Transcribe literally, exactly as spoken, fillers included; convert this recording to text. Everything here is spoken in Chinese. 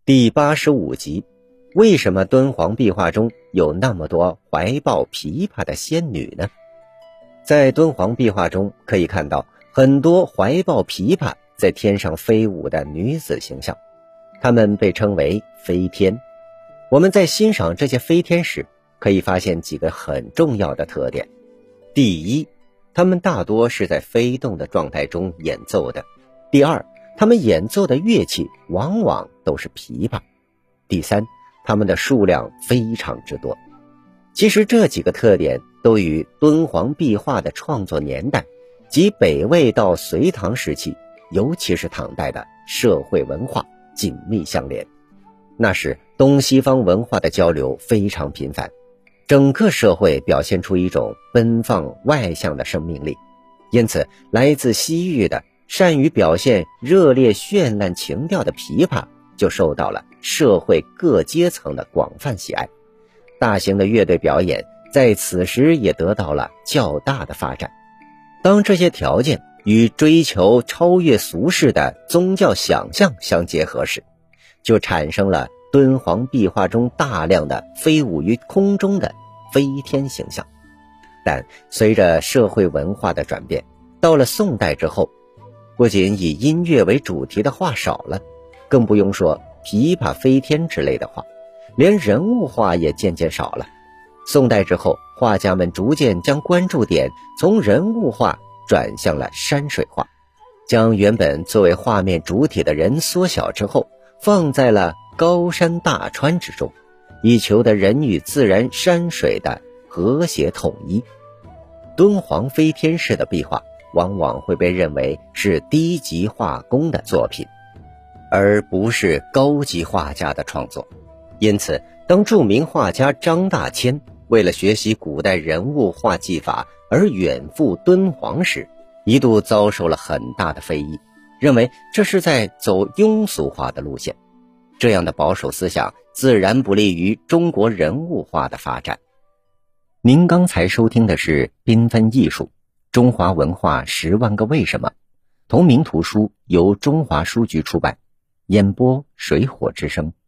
第八十五集，为什么敦煌壁画中有那么多怀抱琵琶的仙女呢？在敦煌壁画中可以看到很多怀抱琵琶在天上飞舞的女子形象，她们被称为飞天。我们在欣赏这些飞天时，可以发现几个很重要的特点。第一，她们大多是在飞动的状态中演奏的。第二，他们演奏的乐器往往都是琵琶。第三，他们的数量非常之多。其实这几个特点都与敦煌壁画的创作年代及北魏到隋唐时期，尤其是唐代的社会文化紧密相连。那时东西方文化的交流非常频繁，整个社会表现出一种奔放外向的生命力，因此来自西域的善于表现热烈绚烂情调的琵琶就受到了社会各阶层的广泛喜爱。大型的乐队表演在此时也得到了较大的发展。当这些条件与追求超越俗世的宗教想象相结合时，就产生了敦煌壁画中大量的飞舞于空中的飞天形象。但随着社会文化的转变，到了宋代之后，不仅以音乐为主题的画少了，更不用说琵琶飞天之类的画，连人物画也渐渐少了。宋代之后，画家们逐渐将关注点从人物画转向了山水画，将原本作为画面主体的人缩小之后，放在了高山大川之中，以求得人与自然山水的和谐统一。敦煌飞天式的壁画往往会被认为是低级画工的作品，而不是高级画家的创作。因此当著名画家张大千为了学习古代人物画技法而远赴敦煌时，一度遭受了很大的非议，认为这是在走庸俗化的路线。这样的保守思想自然不利于中国人物画的发展。您刚才收听的是缤纷艺术中华文化十万个为什么，同名图书由中华书局出版，演播水火之声。